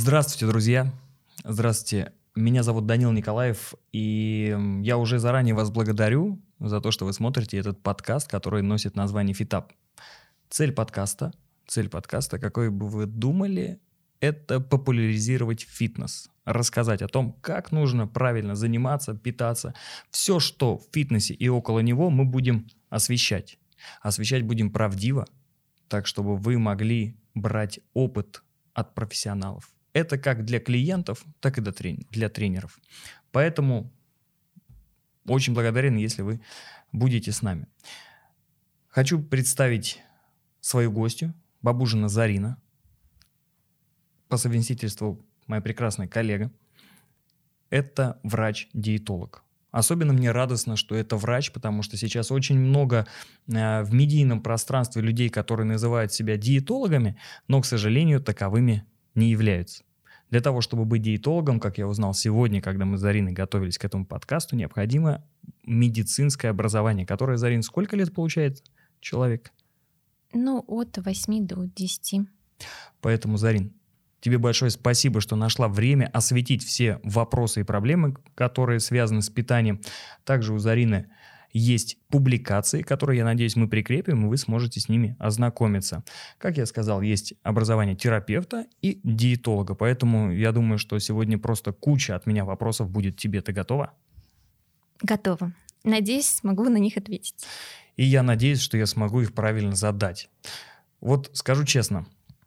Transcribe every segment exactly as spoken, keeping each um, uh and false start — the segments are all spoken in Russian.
Здравствуйте, друзья. Здравствуйте. Меня зовут Данил Николаев, и я уже заранее вас благодарю за то, что вы смотрите этот подкаст, который носит название «Фитап». Цель подкаста, цель подкаста, какой бы вы думали, это популяризировать фитнес, рассказать о том, как нужно правильно заниматься, питаться. Все, что в фитнесе и около него, мы будем освещать. Освещать будем правдиво, так, чтобы вы могли брать опыт от профессионалов. Это как для клиентов, так и для тренеров. Поэтому очень благодарен, если вы будете с нами. Хочу представить свою гостью, Бабужина Зарина, по совместительству моя прекрасная коллега. Это врач-диетолог. Особенно мне радостно, что это врач, потому что сейчас очень много э, в медийном пространстве людей, которые называют себя диетологами, но, к сожалению, таковыми не являются. Для того, чтобы быть диетологом, как я узнал сегодня, когда мы с Зариной готовились к этому подкасту, необходимо медицинское образование, которое, Зарин, сколько лет получает человек? Ну, от восьми до десяти. Поэтому, Зарин, тебе большое спасибо, что нашла время осветить все вопросы и проблемы, которые связаны с питанием. Также у Зарины есть публикации, которые, я надеюсь, мы прикрепим, и вы сможете с ними ознакомиться. Как я сказал, есть образование терапевта и диетолога, поэтому я думаю, что сегодня просто куча от меня вопросов будет тебе. Ты готова? Готова. Надеюсь, смогу на них ответить. И я надеюсь, что я смогу их правильно задать. Вот скажу честно,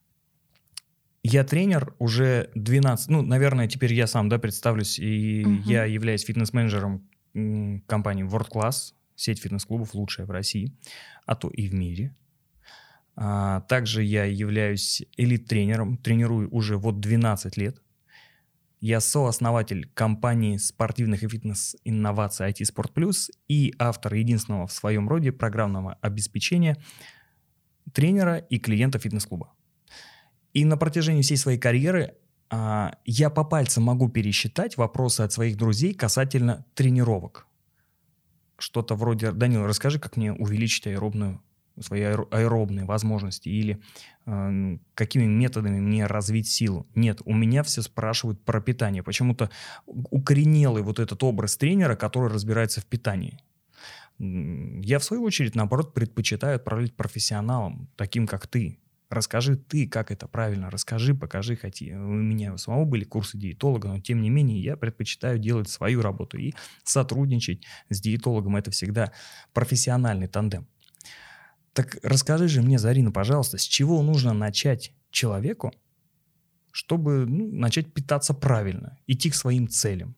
я тренер уже двенадцать, ну, наверное, теперь я сам, да, представлюсь, и uh-huh. я являюсь фитнес-менеджером компании World Class, сеть фитнес-клубов лучшая в России, а то и в мире. А, также я являюсь элит-тренером, тренирую уже вот двенадцать лет. Я сооснователь компании спортивных и фитнес-инноваций ай ти Sport Plus и автор единственного в своем роде программного обеспечения тренера и клиента фитнес-клуба. И на протяжении всей своей карьеры а, я по пальцам могу пересчитать вопросы от своих друзей касательно тренировок. Что-то вроде: Данил, расскажи, как мне увеличить аэробную, свои аэробные возможности, или э, какими методами мне развить силу. Нет, у меня все спрашивают про питание. Почему-то укоренелый вот этот образ тренера, который разбирается в питании. Я, в свою очередь, наоборот, предпочитаю отправлять профессионалам, таким как ты. Расскажи ты, как это правильно, расскажи, покажи. Хоть у меня у самого были курсы диетолога, но тем не менее я предпочитаю делать свою работу и сотрудничать с диетологом. Это всегда профессиональный тандем. Так расскажи же мне, Зарина, пожалуйста, с чего нужно начать человеку, чтобы ну, начать питаться правильно, идти к своим целям?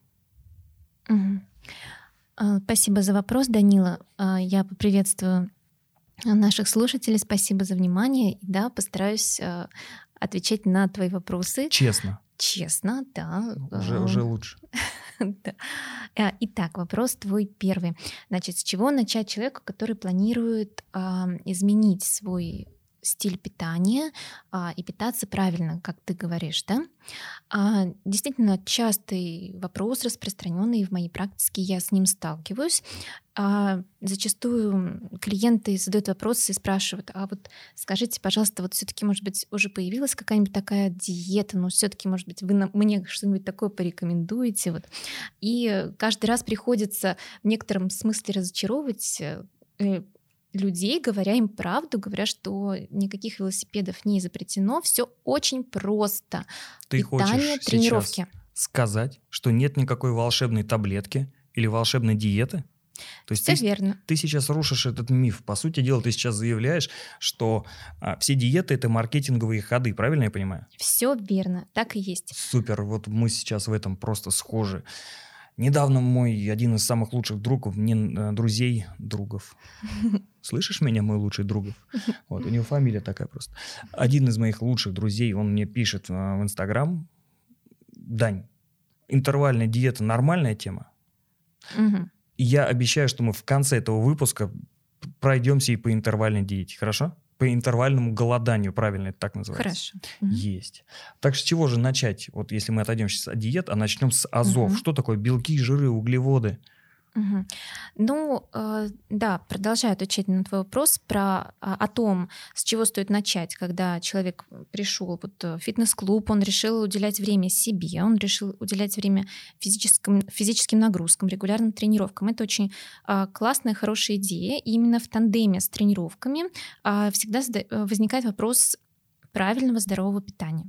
Угу. Спасибо за вопрос, Данила. Я поприветствую наших слушателей. Спасибо за внимание. И да, постараюсь э, отвечать на твои вопросы. Честно. Честно, да. Уже, уже лучше. Да. Итак, вопрос твой первый. Значит, с чего начать человеку, который планирует э, изменить свой стиль питания а, и питаться правильно, как ты говоришь, да? А, действительно, частый вопрос, распространенный в моей практике, я с ним сталкиваюсь. А, зачастую клиенты задают вопросы и спрашивают: а вот скажите, пожалуйста, вот все-таки, может быть, уже появилась какая-нибудь такая диета, но все-таки, может быть, вы мне что-нибудь такое порекомендуете? Вот. И каждый раз приходится в некотором смысле разочаровывать э, людей, говоря им правду, говоря, что никаких велосипедов не изобретено, все очень просто. Ты Питание, хочешь тренировки. Сейчас сказать, что нет никакой волшебной таблетки или волшебной диеты? То есть Все ты, верно. Ты сейчас рушишь этот миф. По сути дела, ты сейчас заявляешь, что а, все диеты — это маркетинговые ходы, правильно я понимаю? Все верно, так и есть. Супер, вот мы сейчас в этом просто схожи. Недавно мой один из самых лучших другов, мне э, друзей, другов. Слышишь меня, мой лучший другов? Вот, у него фамилия такая просто. Один из моих лучших друзей, он мне пишет э, в Инстаграм: Дань, интервальная диета — нормальная тема? Угу. И я обещаю, что мы в конце этого выпуска пройдемся и по интервальной диете, хорошо? По интервальному голоданию, правильно это так называется? Хорошо. Есть. Так с чего же начать? Вот если мы отойдем сейчас от диет, а начнем с азов. Угу. Что такое белки, жиры, углеводы? Угу. Ну, э, да, продолжаю отвечать на твой вопрос про а, о том, с чего стоит начать, когда человек пришел вот, в фитнес-клуб, он решил уделять время себе, он решил уделять время физическим, физическим нагрузкам, регулярным тренировкам. Это очень а, классная, хорошая идея. И именно в тандеме с тренировками а, всегда зада- возникает вопрос правильного здорового питания.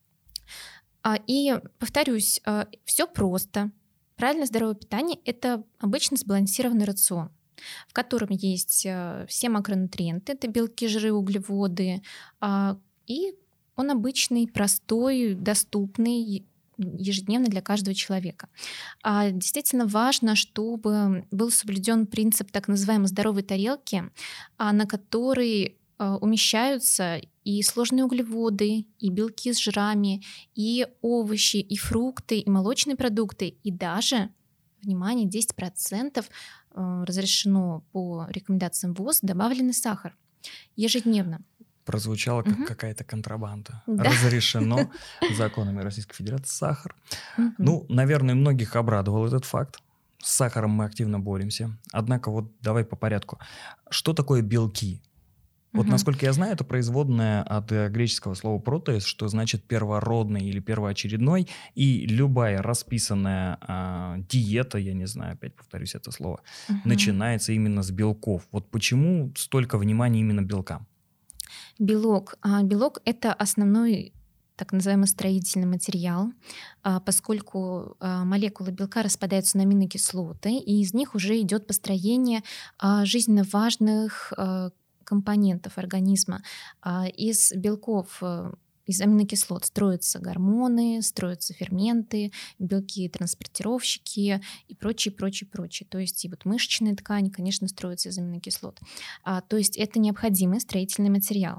А, И повторюсь, все просто. Правильное здоровое питание — это обычно сбалансированный рацион, в котором есть э, все макронутриенты, это белки, жиры, углеводы, а, и он обычный, простой, доступный, ежедневно для каждого человека. А действительно важно, чтобы был соблюден принцип так называемой здоровой тарелки, а, на которой а, умещаются и сложные углеводы, и белки с жирами, и овощи, и фрукты, и молочные продукты, и даже, внимание, десять процентов э, разрешено по рекомендациям ВОЗ добавленный сахар ежедневно. Прозвучало как Мгм. какая-то контрабанда. Да. Разрешено законами Российской Федерации сахар. Мгм. Ну, наверное, многих обрадовал этот факт. С сахаром мы активно боремся. Однако вот давай по порядку. Что такое белки? Вот, Мгм. насколько я знаю, это производное от э, греческого слова «протеис», что значит первородный или первоочередной, и любая расписанная а, диета, я не знаю, опять повторюсь это слово, Мгм. начинается именно с белков. Вот почему столько внимания именно белкам? Белок. А, Белок — это основной так называемый строительный материал, а, поскольку а, молекулы белка распадаются на аминокислоты, и из них уже идет построение а, жизненно важных а, компонентов организма. А, Из белков, э, из аминокислот строятся гормоны, строятся ферменты, белки-транспортировщики и прочее, прочее, прочее. То есть и вот мышечная ткань, конечно, строится из аминокислот. А, То есть это необходимый строительный материал.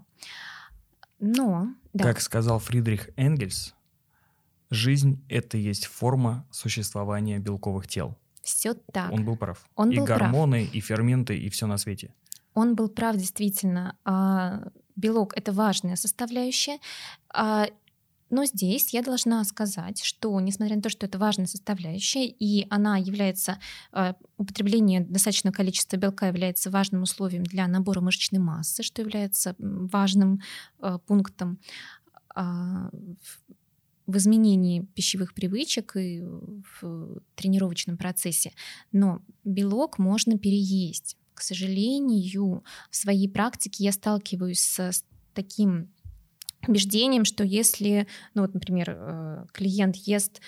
Но, да, Как сказал Фридрих Энгельс, жизнь — это есть форма существования белковых тел. все так. Он был прав. Он и был прав. гормоны, и ферменты, и все на свете. Он был прав, действительно. А, Белок — это важная составляющая. А, Но здесь я должна сказать, что, несмотря на то, что это важная составляющая, и она является, а, употребление достаточного количества белка является важным условием для набора мышечной массы, что является м, важным а, пунктом а, в в изменении пищевых привычек и в тренировочном процессе. Но белок можно переесть. К сожалению, в своей практике я сталкиваюсь с с таким убеждением, что если, ну вот, например, э, клиент ест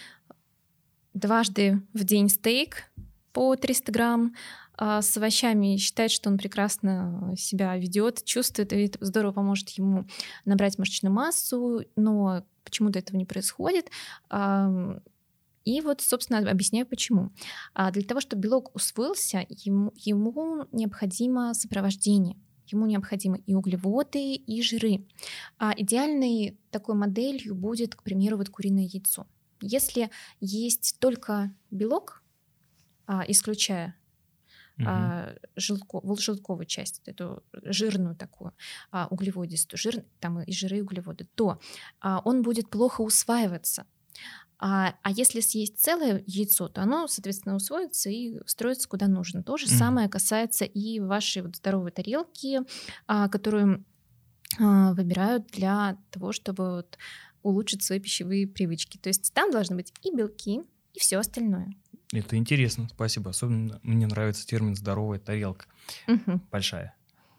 дважды в день стейк по триста грамм а, с овощами и считает, что он прекрасно себя ведет, чувствует, и это здорово поможет ему набрать мышечную массу, но почему-то этого не происходит. Ам, И вот, собственно, объясняю, почему. А Для того, чтобы белок усвоился, ему, ему необходимо сопровождение. Ему необходимы и углеводы, и жиры. А идеальной такой моделью будет, к примеру, вот куриное яйцо. Если есть только белок, а, исключая Мгм. а, желтко- вот желтковую часть, эту жирную такую, а, углеводистую, жир, там и жиры, и углеводы, то а, он будет плохо усваиваться. А, а если съесть целое яйцо, то оно, соответственно, усвоится и встроится куда нужно. То же Мгм. самое касается и вашей вот здоровой тарелки, а, которую а, выбирают для того, чтобы вот улучшить свои пищевые привычки. То есть там должны быть и белки, и все остальное. Это интересно, спасибо. Особенно мне нравится термин «здоровая тарелка». Мгм. Большая.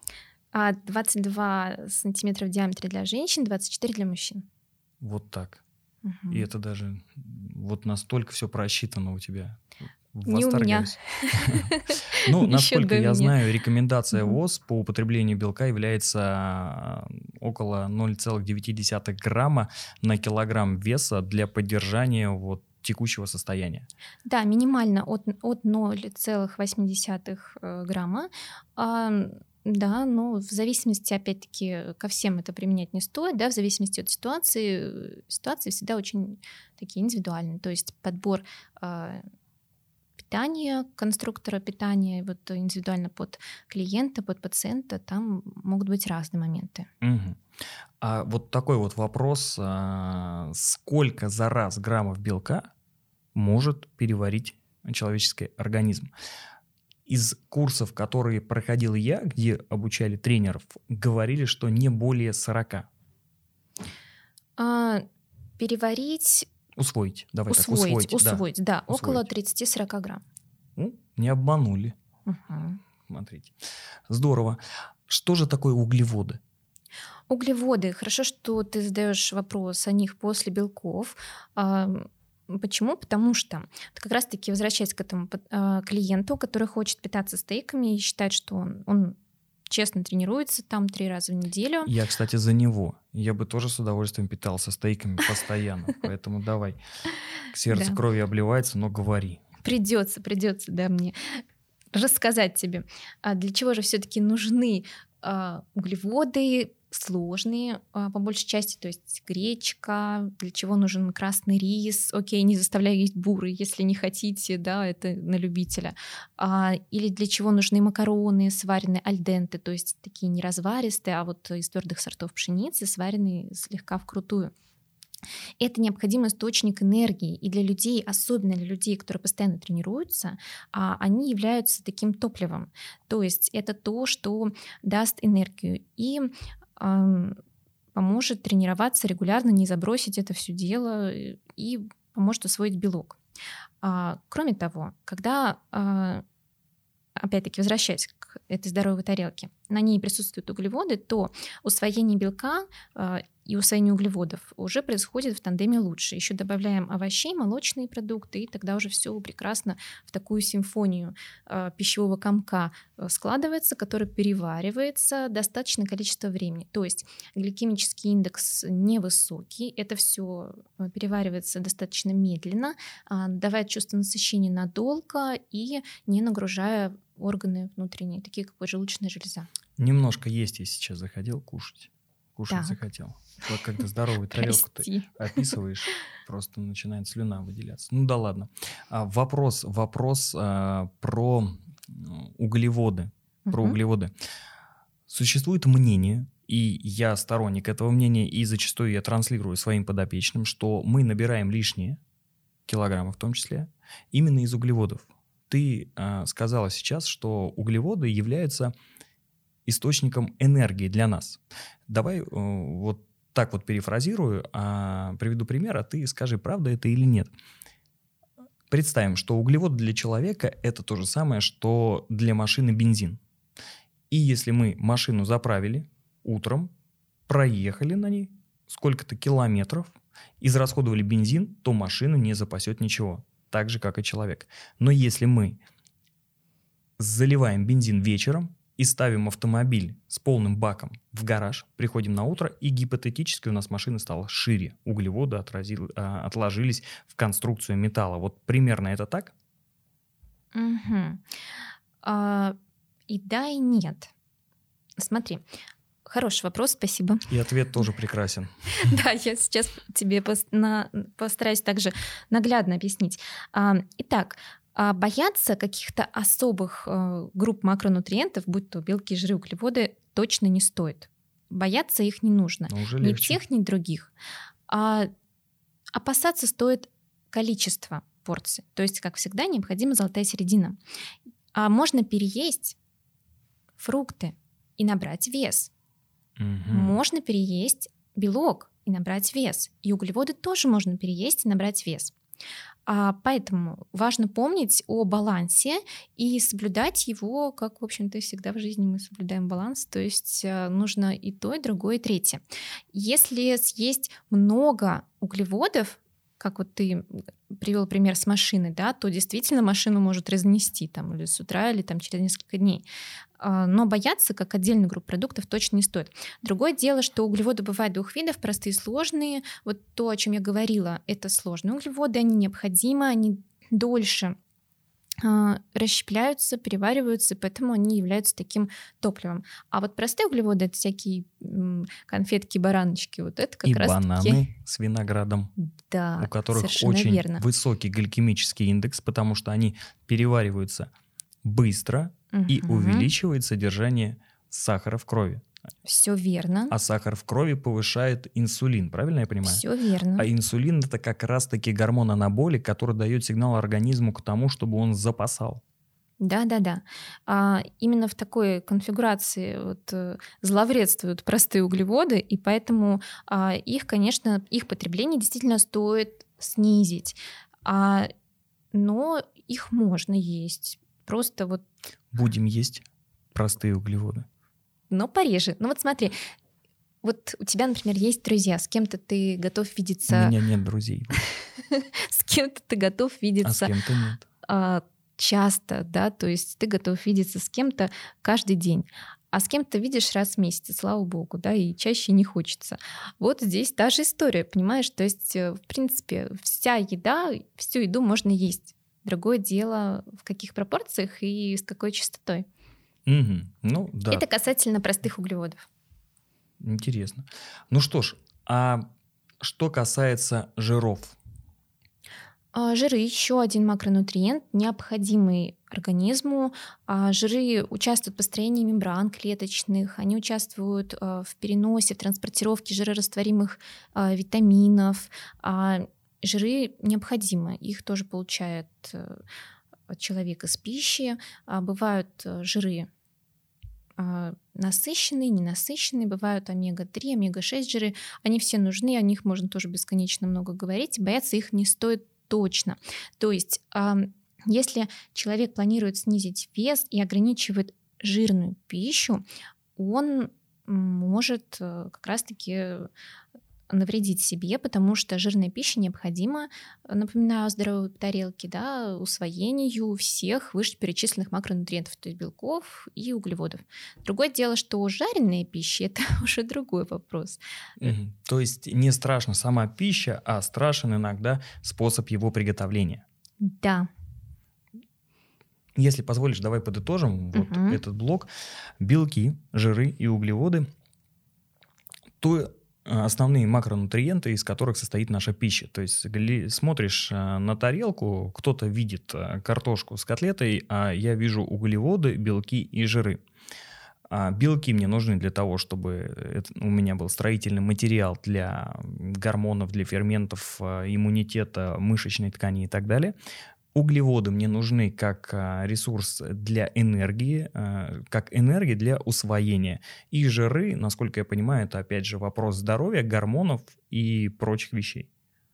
А двадцать два сантиметра в диаметре для женщин, двадцать четыре для мужчин. Вот так. Мгм. И это даже вот настолько все просчитано у тебя. Не у меня. Восторгаюсь. Ну, Ещё насколько до я меня. знаю, рекомендация Мгм. ВОЗ по употреблению белка является а, около ноль целых девять десятых грамма на килограмм веса для поддержания вот текущего состояния. Да, минимально от, от ноль целых восемь десятых э, грамма. А, да, но в зависимости, опять-таки, ко всем это применять не стоит, да, в зависимости от ситуации, э, ситуации всегда очень такие индивидуальные. То есть подбор а, питания, конструктора питания, вот индивидуально под клиента, под пациента, там могут быть разные моменты. Мгм. А вот такой вот вопрос. а, Сколько за раз граммов белка может переварить человеческий организм. Из курсов, которые проходил я, где обучали тренеров, говорили, что не более сорока. А, переварить... Усвоить. Давай усвоить, так, усвоить. усвоить, да, да усвоить. около тридцать-сорок грамм. Ну, не обманули. Угу. Смотрите. Здорово. Что же такое углеводы? Углеводы. Хорошо, что ты задаешь вопрос о них после белков. Почему? Потому что как раз-таки возвращаясь к этому клиенту, который хочет питаться стейками и считает, что он, он честно тренируется там три раза в неделю. Я, кстати, за него. Я бы тоже с удовольствием питался стейками постоянно. Поэтому давай. Сердце кровью обливается, но говори. Придется, придется, да, мне рассказать тебе, для чего же все-таки нужны углеводы, сложные, по большей части, то есть гречка, для чего нужен красный рис, окей, не заставляю есть бурый, если не хотите, да, это на любителя, а, или для чего нужны макароны, сваренные аль денте, то есть такие не разваристые, а вот из твердых сортов пшеницы, сваренные слегка вкрутую. Это необходимый источник энергии, и для людей, особенно для людей, которые постоянно тренируются, они являются таким топливом. То есть это то, что даст энергию и поможет тренироваться регулярно, не забросить это все дело и поможет усвоить белок. Кроме того, когда, опять-таки, возвращаясь к этой здоровой тарелке, на ней присутствуют углеводы, то усвоение белка и усвоение углеводов уже происходит в тандеме лучше. Еще добавляем овощей, молочные продукты, и тогда уже все прекрасно в такую симфонию э, пищевого комка складывается, который переваривается достаточное количество времени. То есть гликемический индекс невысокий, это все переваривается достаточно медленно, э, давая чувство насыщения надолго и не нагружая органы внутренние, такие как поджелудочная железа. Немножко есть я сейчас заходил кушать. Кушать так. захотел. Вот когда здоровую тарелку ты описываешь, просто начинает слюна выделяться. Ну да ладно. А, вопрос, вопрос а, про углеводы. Uh-huh. Про углеводы. Существует мнение, и я сторонник этого мнения, и зачастую я транслирую своим подопечным, что мы набираем лишние килограммы в том числе именно из углеводов. Ты а, сказала сейчас, что углеводы являются источником энергии для нас. Давай вот так вот перефразирую, а, приведу пример, а ты скажи, правда это или нет. Представим, что углевод для человека – это то же самое, что для машины бензин. И если мы машину заправили утром, проехали на ней сколько-то километров, израсходовали бензин, то машина не запасет ничего, так же, как и человек. Но если мы заливаем бензин вечером, и ставим автомобиль с полным баком в гараж, приходим на утро, и гипотетически у нас машина стала шире. Углеводы отразил, а, отложились в конструкцию металла. Вот примерно это так? Угу. А, и да, и нет. Смотри, хороший вопрос, спасибо. И ответ тоже прекрасен. Да, я сейчас тебе постараюсь также наглядно объяснить. Итак, бояться каких-то особых э, групп макронутриентов, будь то белки, жиры, углеводы, точно не стоит. Бояться их не нужно. Ни тех, ни других. А опасаться стоит количество порций. То есть, как всегда, необходима золотая середина. А можно переесть фрукты и набрать вес. Угу. Можно переесть белок и набрать вес. И углеводы тоже можно переесть и набрать вес. А поэтому важно помнить о балансе и соблюдать его, как, в общем-то, всегда в жизни мы соблюдаем баланс, то есть нужно и то, и другое, и третье. Если съесть много углеводов, как вот ты привел пример с машиной, да, то действительно машину может разнести там, или с утра, или там, через несколько дней. Но бояться, как отдельную группу продуктов, точно не стоит. Другое дело, что углеводы бывают двух видов, простые и сложные. Вот то, о чем я говорила, это сложные углеводы, они необходимы, они дольше расщепляются, перевариваются, поэтому они являются таким топливом. А вот простые углеводы — это всякие конфетки, бараночки, вот это как и раз бананы таки... с виноградом, да, у которых очень верно. высокий гликемический индекс, потому что они перевариваются быстро, угу. и увеличивает содержание сахара в крови. Все верно. А сахар в крови повышает инсулин, правильно я понимаю? Все верно. А инсулин — это как раз-таки гормон-анаболик, который дает сигнал организму к тому, чтобы он запасал. Да-да-да. А, именно в такой конфигурации вот, э, зловредствуют простые углеводы, и поэтому а, их, конечно, их потребление действительно стоит снизить. А, но их можно есть. Просто вот, Будем есть простые углеводы. но пореже. Ну вот смотри, вот у тебя, например, есть друзья, с кем-то ты готов У видеться, меня нет друзей, с кем-то ты готов а с видеться кем-то нет. а, часто, да, то есть ты готов видеться с кем-то каждый день, а с кем-то видишь раз в месяц, и слава богу, да, и чаще не хочется. Вот здесь та же история, понимаешь, то есть, э, в принципе, вся еда, всю еду можно есть. Другое дело, в каких пропорциях и с какой частотой. Мгм. Ну да, Это касательно простых углеводов. интересно. Ну что ж, а что касается жиров? А, Жиры — еще один макронутриент, необходимый организму. А, Жиры участвуют в построении мембран клеточных, они участвуют а, в переносе, в транспортировке жирорастворимых а, витаминов. А, Жиры необходимы, их тоже получает э, человек из пищи. А, Бывают э, жиры а, насыщенные, ненасыщенные, бывают омега три, омега шесть жиры. Они все нужны, о них можно тоже бесконечно много говорить, и бояться их не стоит точно. То есть, ам, если человек планирует снизить вес и ограничивает жирную пищу, он может э, как раз-таки навредить себе, потому что жирная пища необходима, напоминаю, о здоровой тарелке, да, усвоению всех вышеперечисленных макронутриентов, то есть белков и углеводов. Другое дело, что жареная пища — это уже другой вопрос. Мгм. То есть не страшна сама пища, а страшен иногда способ его приготовления. Да. Если позволишь, давай подытожим вот Мгм. этот блок. Белки, жиры и углеводы — то э, основные макронутриенты, из которых состоит наша пища. То есть гли- смотришь э, на тарелку, кто-то видит э, картошку с котлетой, а я вижу углеводы, белки и жиры. А белки мне нужны для того, чтобы это- у меня был строительный материал для гормонов, для ферментов, э, иммунитета, мышечной ткани и так далее. Углеводы мне нужны как а, ресурс для энергии, а, как энергия для усвоения. И жиры, насколько я понимаю, это опять же вопрос здоровья, гормонов и прочих вещей.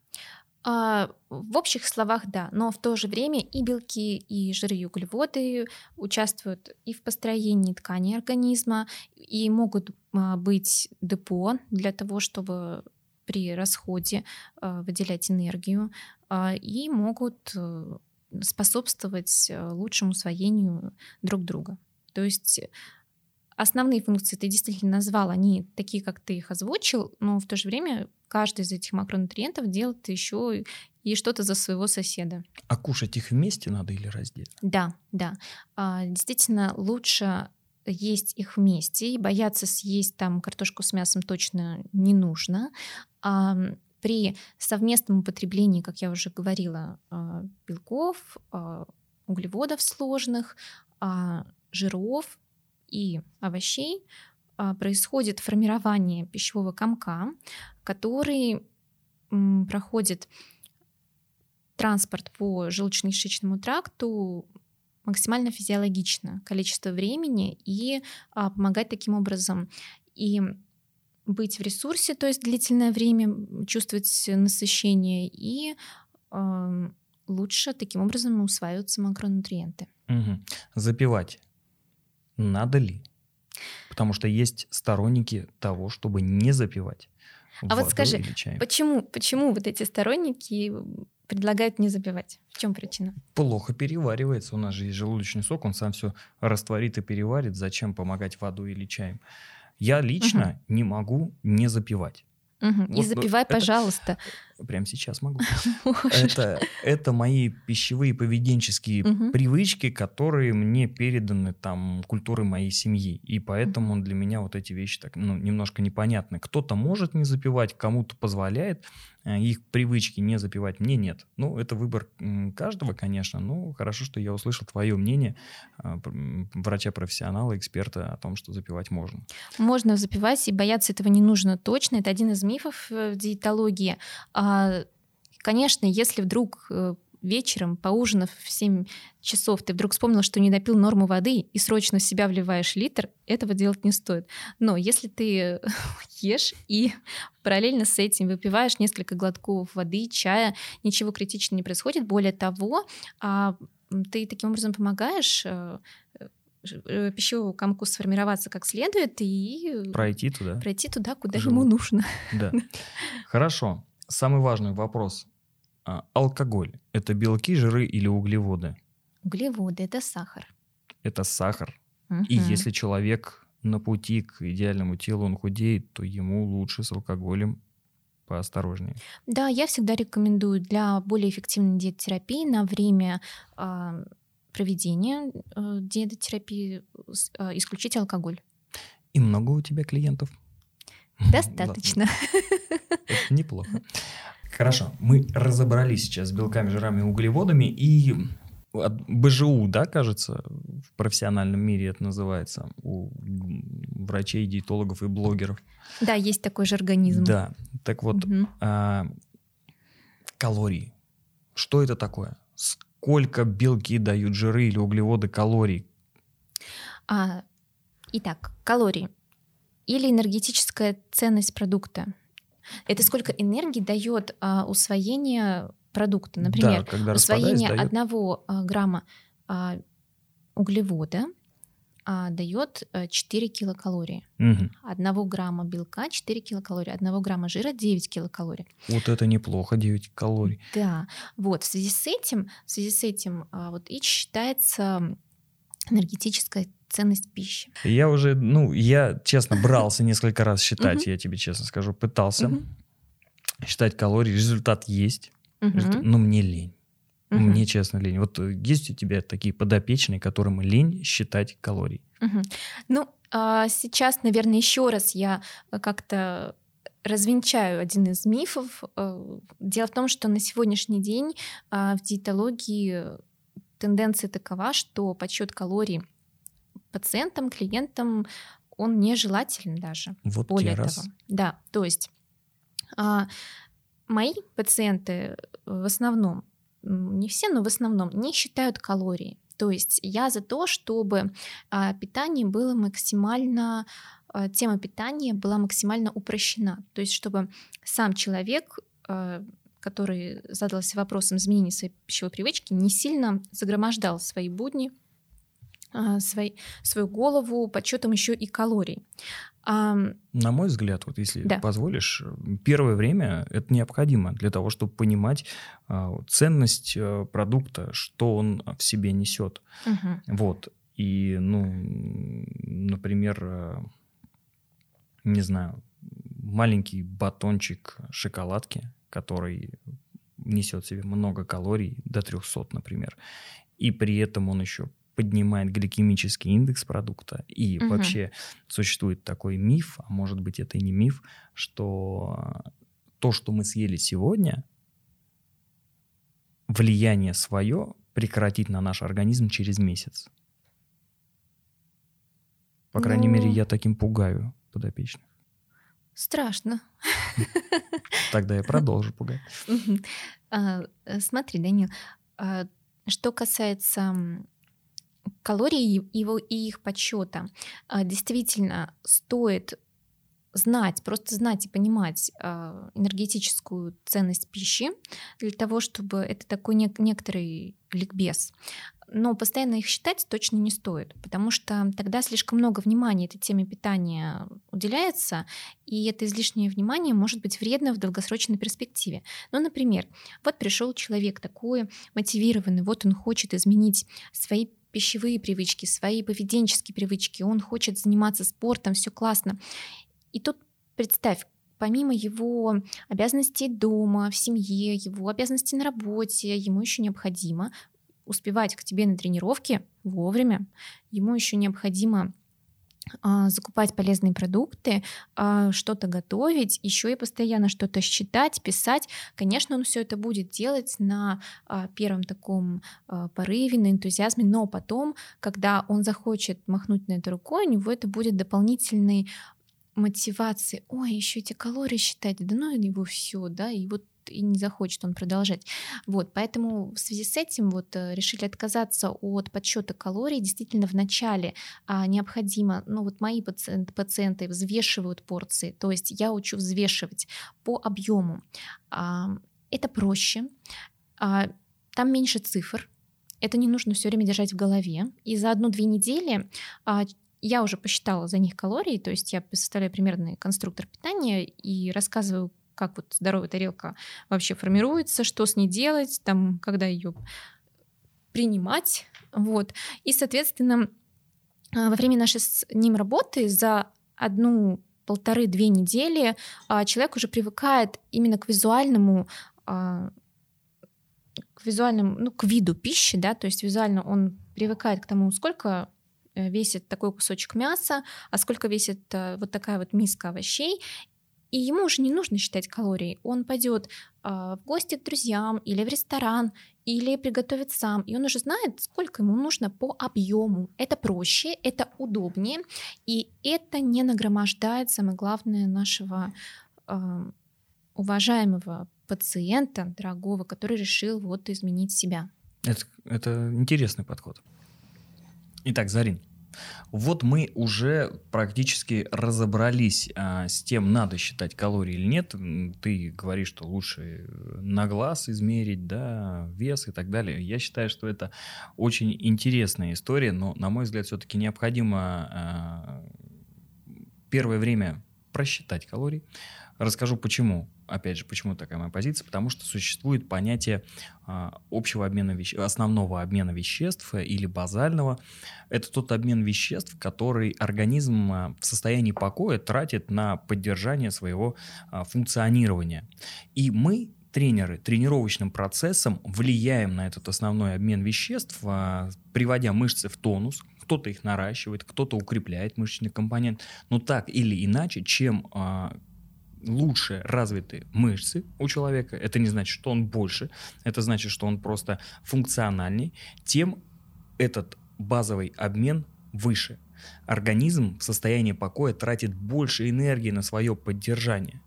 А, В общих словах, да, но в то же время и белки, и жиры, и углеводы участвуют и в построении ткани организма, и могут а, быть депо для того, чтобы при расходе а, выделять энергию, а, и могут э, способствовать э, лучшему усвоению друг друга. То есть основные функции ты действительно назвал, они такие, как ты их озвучил, но в то же время каждый из этих макронутриентов делает еще и что-то за своего соседа. А кушать их вместе надо или раздельно? Да, да. А, Действительно, лучше есть их вместе, и бояться съесть там картошку с мясом точно не нужно. А, При совместном употреблении, как я уже говорила, а, белков, а, углеводов сложных, а, жиров и овощей а, происходит формирование пищевого комка, который м, проходит транспорт по желудочно-кишечному тракту максимально физиологично, количество времени, и а, помогать таким образом и быть в ресурсе, то есть длительное время м, чувствовать насыщение, и ам, лучше таким образом усваиваются макронутриенты. Мгм. Запивать надо ли? Потому что есть сторонники того, чтобы не запивать А вот водой скажи, или чаем. почему, почему вот эти сторонники предлагают не запивать? В чем причина? Плохо переваривается. У нас же есть желудочный сок, он сам все растворит и переварит. Зачем помогать водой или чаем? Я лично не могу не запивать. Мгм. И Вот, ну, запивай, это пожалуйста. прямо сейчас могу. Можешь. Это, это мои пищевые поведенческие Мгм. привычки, которые мне переданы там культурой моей семьи. И поэтому для меня вот эти вещи так, ну, немножко непонятны. Кто-то может не запивать, кому-то позволяет. их привычки не запивать, мне нет. Ну, это выбор каждого, конечно, но хорошо, что я услышал твое мнение врача-профессионала, эксперта о том, что запивать можно. Можно запивать, и бояться этого не нужно точно. Это один из мифов в диетологии. Конечно, если вдруг вечером, поужинав в семь часов, ты вдруг вспомнил, что не допил норму воды и срочно в себя вливаешь литр, этого делать не стоит. Но если ты ешь и параллельно с этим выпиваешь несколько глотков воды, чая, ничего критичного не происходит. Более того, ты таким образом помогаешь пищевому комку сформироваться как следует и пройти туда, пройти туда, куда ему нужно. Да. Хорошо. Самый важный вопрос. Алкоголь – это белки, жиры или углеводы? Углеводы – это сахар. Это сахар. Угу. И если человек на пути к идеальному телу, он худеет, то ему лучше с алкоголем поосторожнее. Да, я всегда рекомендую для более эффективной диетотерапии на время э, проведения э, диетотерапии э, исключить алкоголь. И много у тебя клиентов? Достаточно. Это неплохо. Хорошо, мы разобрались сейчас с белками, жирами и углеводами, и БЖУ, да, кажется, в профессиональном мире это называется, у врачей, диетологов и блогеров. Да, есть такой же организм. Да, так вот, угу. а, калории. Что это такое? Сколько белки дают жиры или углеводы калорий? А, итак, калории или энергетическая ценность продукта. Это сколько энергии дает а, усвоение продукта. Например, да, усвоение дает... одного а, грамма а, углевода а, дает а, четыре килокалории. Угу. Одного грамма белка четыре килокалории, одного грамма жира девять килокалорий. Вот это неплохо, девять калорий. Да, вот в связи с этим, в связи с этим а, вот ИЧ считается энергетической ценность пищи. Я уже, ну, я, честно, брался несколько раз считать, я тебе честно скажу, пытался считать калории, результат есть, но мне лень. Мне, честно, лень. Вот есть у тебя такие подопечные, которым лень считать калорий? Ну, сейчас, наверное, еще раз я как-то развенчаю один из мифов. Дело в том, что на сегодняшний день в диетологии тенденция такова, что подсчет калорий пациентам, клиентам, он нежелателен даже. Вот более того. Раз. Да, то есть а, мои пациенты в основном, не все, но в основном не считают калории. То есть я за то, чтобы а, питание было максимально, а, тема питания была максимально упрощена. То есть чтобы сам человек, а, который задался вопросом изменения своей пищевой привычки, не сильно загромождал свои будни, свой, свою голову подсчетом еще и калорий. А, На мой взгляд, вот если да. позволишь, первое время это необходимо для того, чтобы понимать а, ценность а, продукта, что он в себе несет. Угу. Вот. И, ну, например, а, не знаю, маленький батончик шоколадки, который несет в себе много калорий, до трехсот, например, и при этом он еще поднимает гликемический индекс продукта. И угу. вообще существует такой миф, а может быть это и не миф, что то, что мы съели сегодня, влияние свое прекратит на наш организм через месяц. По крайней ну... мере, я таким пугаю подопечных. Страшно. Тогда я продолжу пугать. Смотри, Данил, что касается калорий его и их подсчета, действительно стоит знать, просто знать и понимать энергетическую ценность пищи для того, чтобы это такой некоторый ликбез. Но постоянно их считать точно не стоит, потому что тогда слишком много внимания этой теме питания уделяется, и это излишнее внимание может быть вредно в долгосрочной перспективе. Ну, например, вот пришел человек такой мотивированный, вот он хочет изменить свои пищевые привычки, свои поведенческие привычки, он хочет заниматься спортом, все классно. И тут представь, помимо его обязанностей дома, в семье, его обязанностей на работе, ему еще необходимо успевать к тебе на тренировки вовремя, ему еще необходимо закупать полезные продукты, что-то готовить, еще и постоянно что-то считать, писать. Конечно, он все это будет делать на первом таком порыве, на энтузиазме, но потом, когда он захочет махнуть на это рукой, у него это будет дополнительной мотивацией. Ой, еще эти калории считать, да ну его все, да, и вот и не захочет он продолжать. Вот, поэтому в связи с этим вот решили отказаться от подсчета калорий. Действительно, в начале а, необходимо, ну вот мои пациенты, пациенты взвешивают порции, то есть я учу взвешивать по объему. А, это проще, а, там меньше цифр, это не нужно все время держать в голове, и за одну-две недели а, я уже посчитала за них калории, то есть я составляю примерный конструктор питания и рассказываю, как вот здоровая тарелка вообще формируется, что с ней делать, там, когда ее принимать. Вот. И, соответственно, во время нашей с ним работы за одну, полторы-две недели человек уже привыкает именно к визуальному, к визуальному, ну, к виду пищи, да, то есть визуально он привыкает к тому, сколько весит такой кусочек мяса, а сколько весит вот такая вот миска овощей. И ему уже не нужно считать калории. Он пойдет э, в гости к друзьям или в ресторан, или приготовит сам. И он уже знает, сколько ему нужно по объему. Это проще, это удобнее, и это не нагромождает, самое главное, нашего э, уважаемого пациента, дорогого, который решил вот изменить себя. Это, это интересный подход. Итак, Зарин, вот мы уже практически разобрались а, с тем, надо считать калории или нет. Ты говоришь, что лучше на глаз измерить, да, вес и так далее. Я считаю, что это очень интересная история, но, на мой взгляд, все-таки необходимо а, первое время просчитать калории. Расскажу, почему. Опять же, почему такая моя позиция? Потому что существует понятие а, общего обмена веще... основного обмена веществ или базального. Это тот обмен веществ, который организм а, в состоянии покоя тратит на поддержание своего а, функционирования. И мы, тренеры, тренировочным процессом влияем на этот основной обмен веществ, а, приводя мышцы в тонус. Кто-то их наращивает, кто-то укрепляет мышечный компонент. Но так или иначе, чем а, лучше развиты мышцы у человека, это не значит, что он больше, это значит, что он просто функциональней, тем этот базовый обмен выше. Организм в состоянии покоя тратит больше энергии на свое поддержание.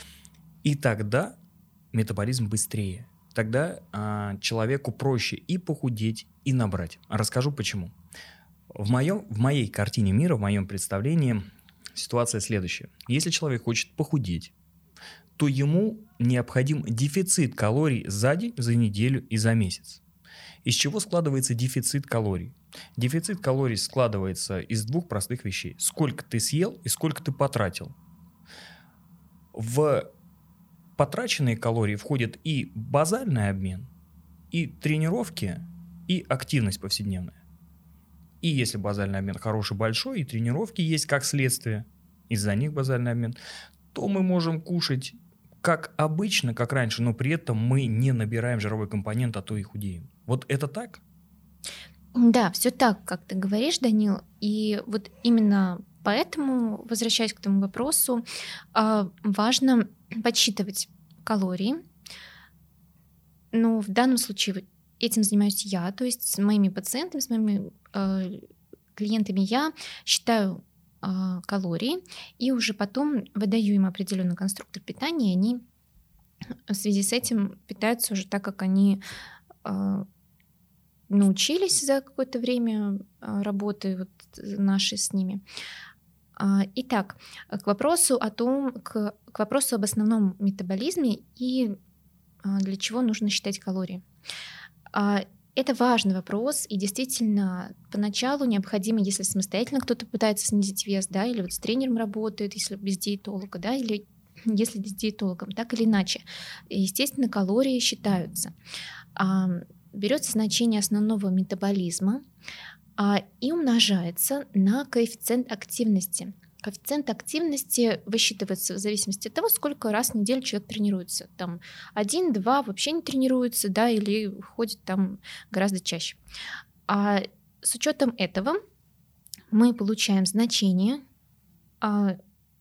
И тогда метаболизм быстрее. Тогда а, человеку проще и похудеть, и набрать. Расскажу почему. В, моем, в моей картине мира, в моем представлении ситуация следующая. Если человек хочет похудеть, то ему необходим дефицит калорий за день, за неделю и за месяц. Из чего складывается дефицит калорий? Дефицит калорий складывается из двух простых вещей. Сколько ты съел и сколько ты потратил. В потраченные калории входит и базальный обмен, и тренировки, и активность повседневная. И если базальный обмен хороший, большой, и тренировки есть как следствие, из-за них базальный обмен, то мы можем кушать как обычно, как раньше, но при этом мы не набираем жировой компонент, а то и худеем. Вот это так? Да, все так, как ты говоришь, Данил. И вот именно поэтому, возвращаясь к этому вопросу, важно подсчитывать калории. Но в данном случае этим занимаюсь я, то есть с моими пациентами, с моими э, клиентами я считаю э, калории и уже потом выдаю им определенный конструктор питания, и они в связи с этим питаются уже так, как они э, научились за какое-то время э, работы вот нашей с ними. Э, итак, к вопросу о том, к, к вопросу об основном метаболизме и э, для чего нужно считать калории. Это важный вопрос, и действительно поначалу необходимо, если самостоятельно кто-то пытается снизить вес, да, или вот с тренером работает, если без диетолога, да, или если с диетологом, так или иначе. Естественно, калории считаются. Берется значение основного метаболизма и умножается на коэффициент активности. Коэффициент активности высчитывается в зависимости от того, сколько раз в неделю человек тренируется. Там один-два вообще не тренируется, да, или ходит там гораздо чаще. А с учетом этого мы получаем значение, а,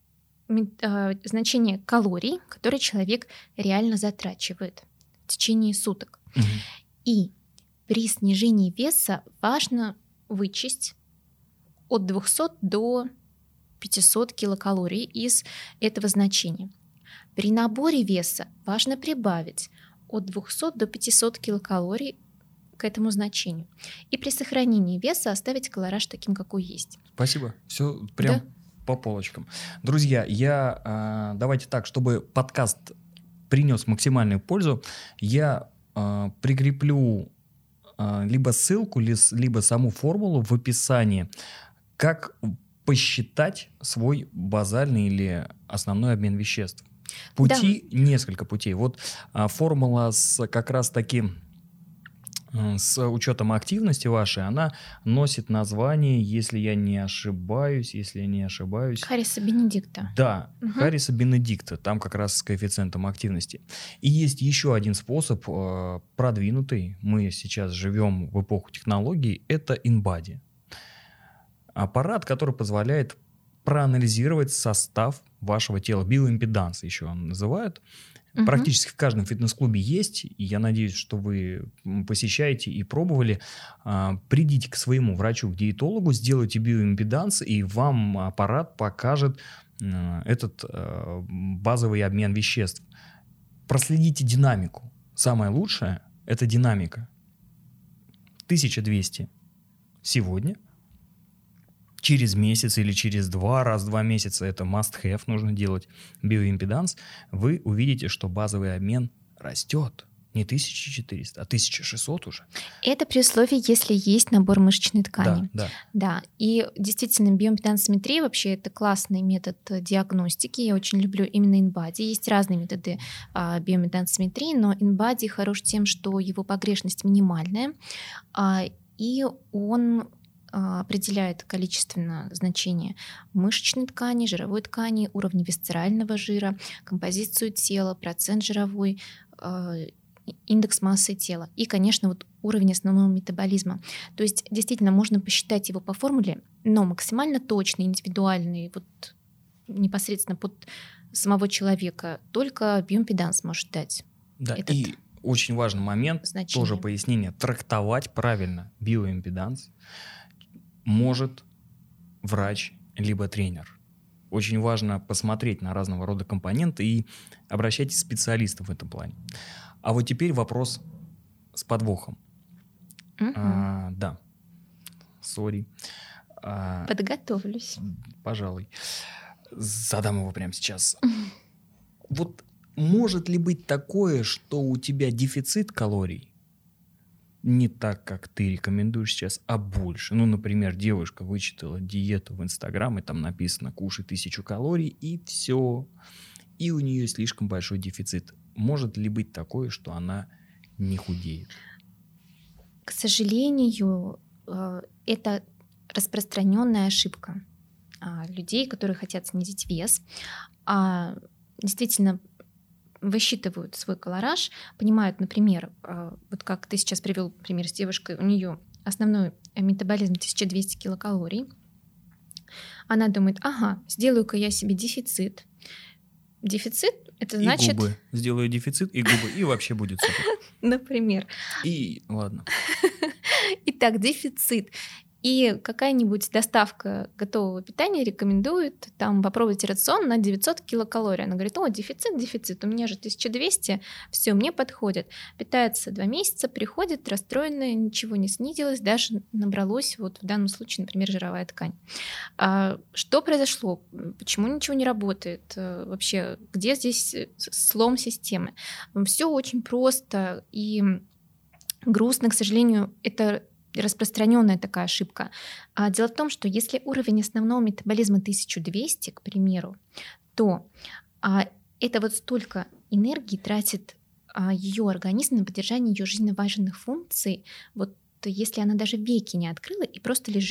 а, значение калорий, которые человек реально затрачивает в течение суток. Угу. И при снижении веса важно вычесть от двухсот до пятисот килокалорий из этого значения. При наборе веса важно прибавить от двухсот до пятисот килокалорий к этому значению. И при сохранении веса оставить колораж таким, какой есть. Спасибо. Все прям да? по полочкам. Друзья, я давайте так, чтобы подкаст принес максимальную пользу, я прикреплю либо ссылку, либо саму формулу в описании, как посчитать свой базальный или основной обмен веществ. Пути, да. Несколько путей. Вот а, формула с как раз таки с учетом активности вашей, она носит название, если я не ошибаюсь, если я не ошибаюсь... Харриса Бенедикта. Да, угу. Харриса Бенедикта, там как раз с коэффициентом активности. И есть еще один способ, э, продвинутый, мы сейчас живем в эпоху технологий, это InBody. Аппарат, который позволяет проанализировать состав вашего тела, биоимпеданс еще он называют. Угу. Практически в каждом фитнес-клубе есть, и я надеюсь, что вы посещаете и пробовали. Придите к своему врачу-диетологу, сделайте биоимпеданс, и вам аппарат покажет этот базовый обмен веществ. Проследите динамику. Самое лучшее – это динамика. тысяча двести сегодня, через месяц или через два, раз в два месяца, это must-have, нужно делать биоимпеданс, вы увидите, что базовый обмен растет. Не тысяча четыреста, а тысяча шестьсот уже. Это при условии, если есть набор мышечной ткани. Да, да. Да. И действительно, биоимпедансометрия вообще это классный метод диагностики. Я очень люблю именно InBody. Есть разные методы а, биоимпедансометрии, но InBody хорош тем, что его погрешность минимальная, а, и он определяет количественно значение мышечной ткани, жировой ткани, уровня висцерального жира, композицию тела, процент жировой, индекс массы тела и, конечно, вот уровень основного метаболизма. То есть действительно можно посчитать его по формуле, но максимально точный, индивидуальный, вот непосредственно под самого человека только биоимпеданс может дать. Да, этот и очень важный момент, значение. Тоже пояснение, трактовать правильно биоимпеданс может врач либо тренер. Очень важно посмотреть на разного рода компоненты и обращайтесь к специалистам в этом плане. А вот теперь вопрос с подвохом. Uh-huh. А, да, сори. А, Подготовлюсь. Пожалуй. Задам его прямо сейчас. Uh-huh. Вот может ли быть такое, что у тебя дефицит калорий? Не так, как ты рекомендуешь сейчас, а больше. Ну, например, девушка вычитала диету в Инстаграм, и там написано «кушай тысячу калорий», и все. И у нее слишком большой дефицит. Может ли быть такое, что она не худеет? К сожалению, это распространенная ошибка людей, которые хотят снизить вес. Действительно, высчитывают свой колораж, понимают, например, вот как ты сейчас привел пример с девушкой, у нее основной метаболизм тысяча двести килокалорий. Она думает, ага, сделаю-ка я себе дефицит. Дефицит — это значит... И губы. Сделаю дефицит, и губы, и вообще будет супер. Например. И ладно. Итак, дефицит. И какая-нибудь доставка готового питания рекомендует там попробовать рацион на девятьсот килокалорий. Она говорит, о, дефицит, дефицит, у меня же тысяча двести, все, мне подходит. Питается два месяца, приходит расстроенная, ничего не снизилось, даже набралось, вот в данном случае, например, жировая ткань. А что произошло? Почему ничего не работает? Вообще, где здесь слом системы? Все очень просто и грустно, к сожалению, это распространенная такая ошибка. А дело в том, что если уровень основного метаболизма тысяча двести, к примеру, то а, это вот столько энергии тратит а, ее организм на поддержание ее жизненно важных функций, вот если она даже веки не открыла и просто лежит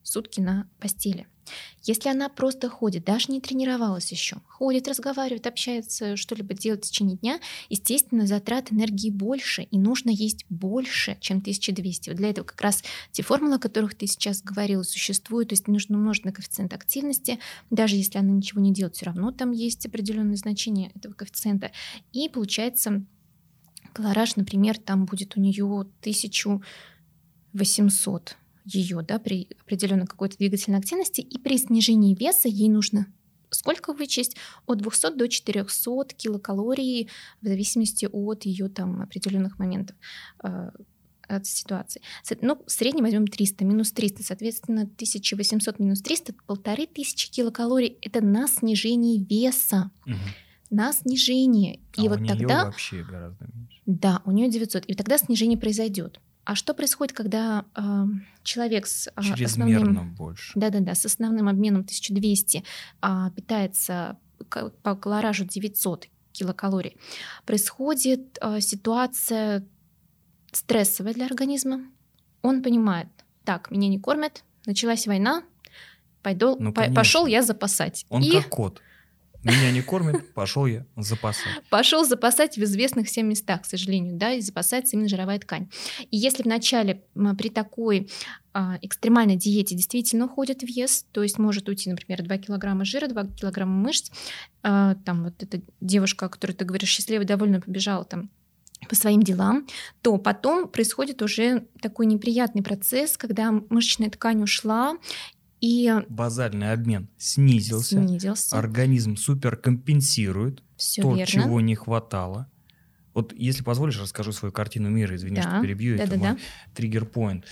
сутки на постели. Если она просто ходит, даже не тренировалась еще, ходит, разговаривает, общается, что-либо делает в течение дня, естественно, затрат энергии больше, и нужно есть больше, чем тысяча двести. Вот для этого как раз те формулы, о которых ты сейчас говорила, существуют, то есть нужно умножить на коэффициент активности, даже если она ничего не делает, все равно там есть определенное значение этого коэффициента, и получается колораж, например, там будет у нее тысяча восемьсот ее, да, при определенной какой-то двигательной активности, и при снижении веса ей нужно сколько вычесть? От двухсот до четырехсот килокалорий в зависимости от ее там определенных моментов, э, от ситуации. Ну, в среднем возьмем триста, минус триста, соответственно, тысяча восемьсот минус триста, полторы тысячи килокалорий — это на снижении веса. Угу. На снижение. А и у вот нее тогда вообще гораздо меньше. Да, у нее девятьсот. И тогда снижение произойдет. А что происходит, когда э, человек с э, основным, больше. Да-да-да, с основным обменом тысяча двести э, питается по колоражу девятьсот килокалорий? Происходит э, ситуация стрессовая для организма. Он понимает: так, меня не кормят, началась война, пойду, ну, по- пошел я запасать. Он И... как кот. Меня не кормят, пошел я запасать. Пошел запасать в известных всем местах, к сожалению, да, и запасается именно жировая ткань. И если вначале при такой а, экстремальной диете действительно уходит вес, то есть может уйти, например, два килограмма жира, два килограмма мышц, а, там вот эта девушка, о которой ты говоришь, счастливая, довольно побежала там по своим делам, то потом происходит уже такой неприятный процесс, когда мышечная ткань ушла, и базальный обмен снизился, снизился. Организм суперкомпенсирует Всё то, верно. чего не хватало. Вот если позволишь, расскажу свою картину мира, извини, да. что перебью, да, это да, мой да. триггер-поинт.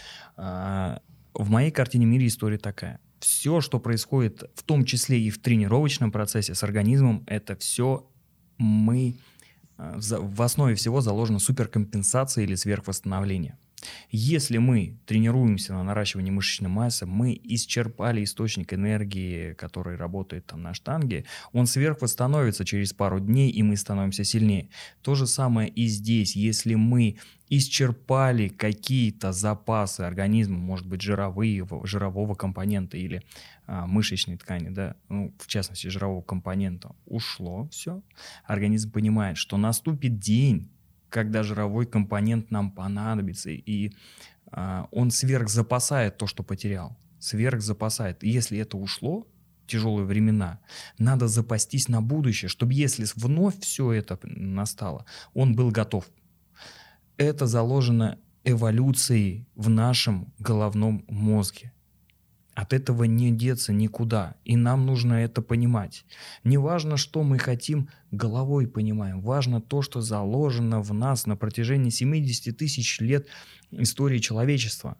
В моей картине мира история такая. Все, что происходит, в том числе и в тренировочном процессе с организмом, это все мы, в основе всего заложена суперкомпенсация или сверхвосстановление. Если мы тренируемся на наращивании мышечной массы, мы исчерпали источник энергии, который работает там на штанге, он сверхвосстановится через пару дней, и мы становимся сильнее. То же самое и здесь. Если мы исчерпали какие-то запасы организма, может быть, жировые, жирового компонента или а, мышечной ткани, да, ну, в частности, жирового компонента, ушло все, организм понимает, что наступит день, когда жировой компонент нам понадобится, и а, он сверхзапасает то, что потерял. Сверхзапасает. И если это ушло, тяжелые времена, надо запастись на будущее, чтобы если вновь все это настало, он был готов. Это заложено эволюцией в нашем головном мозге. От этого не деться никуда, и нам нужно это понимать. Не важно, что мы хотим, головой понимаем. Важно то, что заложено в нас на протяжении семидесяти тысяч лет истории человечества.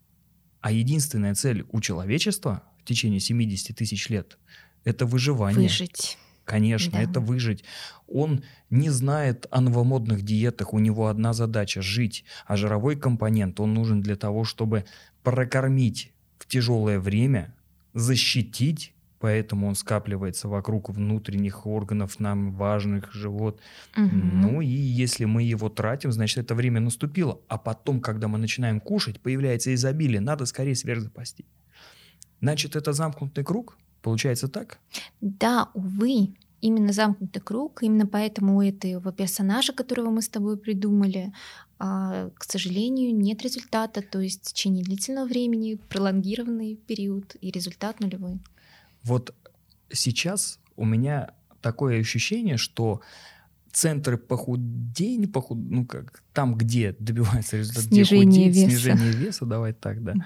А единственная цель у человечества в течение семидесяти тысяч лет – это выживание. Выжить. Конечно, да. это выжить. Он не знает о новомодных диетах, у него одна задача – жить. А жировой компонент, он нужен для того, чтобы прокормить в тяжелое время, защитить, поэтому он скапливается вокруг внутренних органов, нам важных, живот. Угу. Ну и если мы его тратим, значит, это время наступило. А потом, когда мы начинаем кушать, появляется изобилие, надо скорее сверхзапастись. Значит, это замкнутый круг? Получается так? Да, увы. Именно замкнутый круг, именно поэтому у этого персонажа, которого мы с тобой придумали, к сожалению, нет результата, то есть в течение длительного времени, пролонгированный период, и результат нулевой. Вот сейчас у меня такое ощущение, что центры похудения, похуд... ну как там, где добивается результата, снижение где худеть, веса. снижение веса, давай так, да.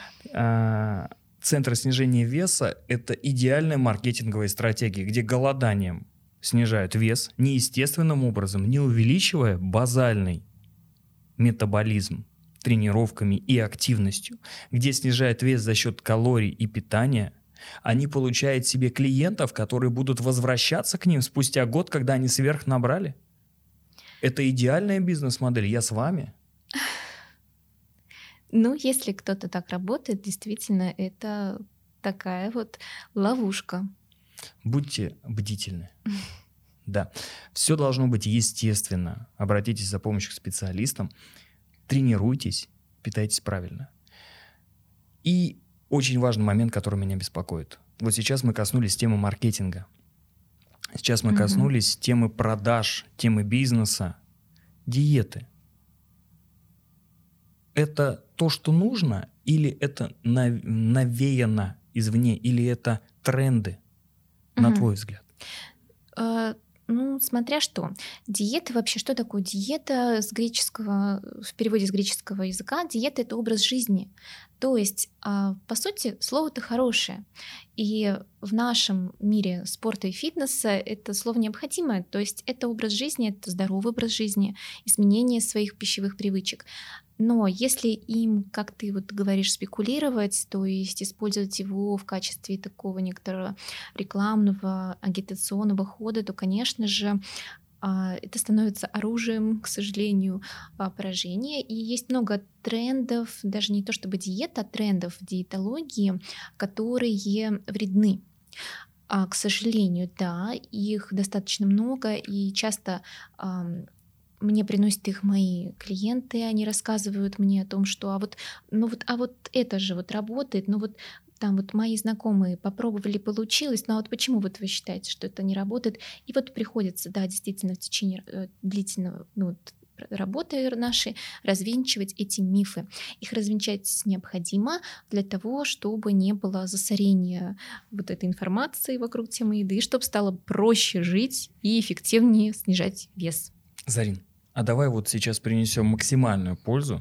А, центры снижения веса – это идеальная маркетинговая стратегия, где голоданием снижают вес неестественным образом, не увеличивая базальный метаболизм тренировками и активностью, где снижают вес за счет калорий и питания, они получают себе клиентов, которые будут возвращаться к ним спустя год, когда они сверх набрали. Это идеальная бизнес-модель. Я с вами. Ну, если кто-то так работает, действительно, это такая вот ловушка. Будьте бдительны. Да, все должно быть естественно. Обратитесь за помощью к специалистам, тренируйтесь, питайтесь правильно. И очень важный момент, который меня беспокоит. Вот сейчас мы коснулись темы маркетинга. Сейчас мы коснулись mm-hmm. темы продаж, темы бизнеса, диеты. Это то, что нужно, или это навеяно извне, или это тренды, mm-hmm. на твой взгляд? Uh... Ну, смотря что. Диета вообще, что такое диета с греческого, в переводе с греческого языка? Диета — это образ жизни. То есть, по сути, слово-то хорошее. И в нашем мире спорта и фитнеса это слово необходимое. То есть это образ жизни, это здоровый образ жизни, изменение своих пищевых привычек. Но если им, как ты вот говоришь, спекулировать, то есть использовать его в качестве такого некоторого рекламного, агитационного хода, то, конечно же, это становится оружием, к сожалению, поражения. И есть много трендов, даже не то чтобы диета, а трендов в диетологии, которые вредны. А, к сожалению, да, их достаточно много, и часто мне приносят их мои клиенты, они рассказывают мне о том, что а вот, ну вот, а вот это же вот работает, ну вот там вот мои знакомые попробовали, получилось, но вот почему вот вы считаете, что это не работает? И вот приходится, да, действительно в течение длительного, ну, работы нашей развенчивать эти мифы. Их развенчать необходимо для того, чтобы не было засорения вот этой информации вокруг темы еды, чтобы стало проще жить и эффективнее снижать вес. Зарин, а давай вот сейчас принесем максимальную пользу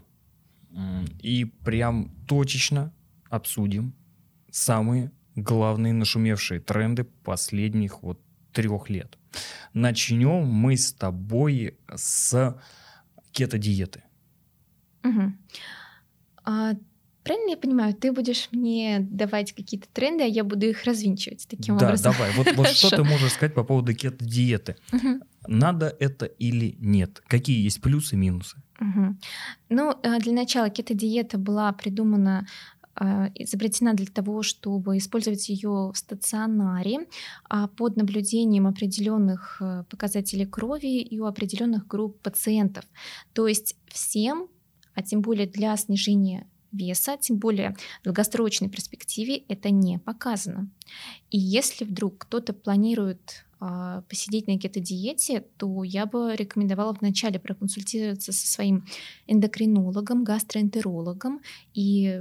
и прям точечно обсудим самые главные нашумевшие тренды последних вот трех лет. Начнем мы с тобой с кето-диеты. Угу. А, правильно я понимаю, ты будешь мне давать какие-то тренды, а я буду их развенчивать таким да, образом? Да, давай. Вот, вот что ты можешь сказать по поводу кето-диеты? Угу. Надо это или нет? Какие есть плюсы и минусы? Угу. Ну, для начала кето-диета была придумана, изобретена для того, чтобы использовать ее в стационаре под наблюдением определенных показателей крови и у определенных групп пациентов. То есть всем, а тем более для снижения веса, тем более в долгосрочной перспективе, это не показано. И если вдруг кто-то планирует посидеть на кето-диете, то я бы рекомендовала вначале проконсультироваться со своим эндокринологом, гастроэнтерологом и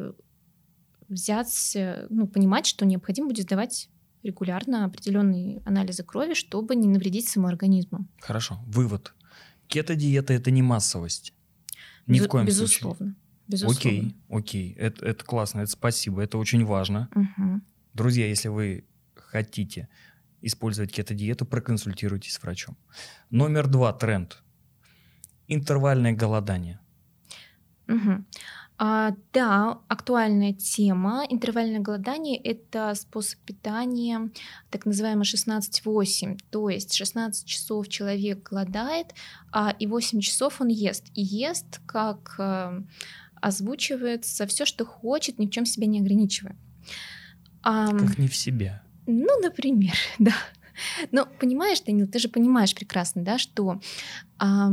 взять, ну, понимать, что необходимо будет сдавать регулярно определенные анализы крови, чтобы не навредить своему организму. Хорошо. Вывод. Кето-диета — это не массовость. Ни Без, в коем безусловно, случае. Безусловно. Окей, окей. Это, это классно, это спасибо, это очень важно. Угу. Друзья, если вы хотите использовать кето-диету, проконсультируйтесь с врачом. Номер два тренд. Интервальное голодание. Угу. А, да, актуальная тема. Интервальное голодание — это способ питания, так называемый шестнадцать восемь. То есть шестнадцать часов человек голодает, а и восемь часов он ест. И ест, как э, озвучивается, все, что хочет, ни в чем себя не ограничивая. А, как не в себя. Ну, например, да. Но понимаешь, Данил, ты же понимаешь прекрасно, да, что а,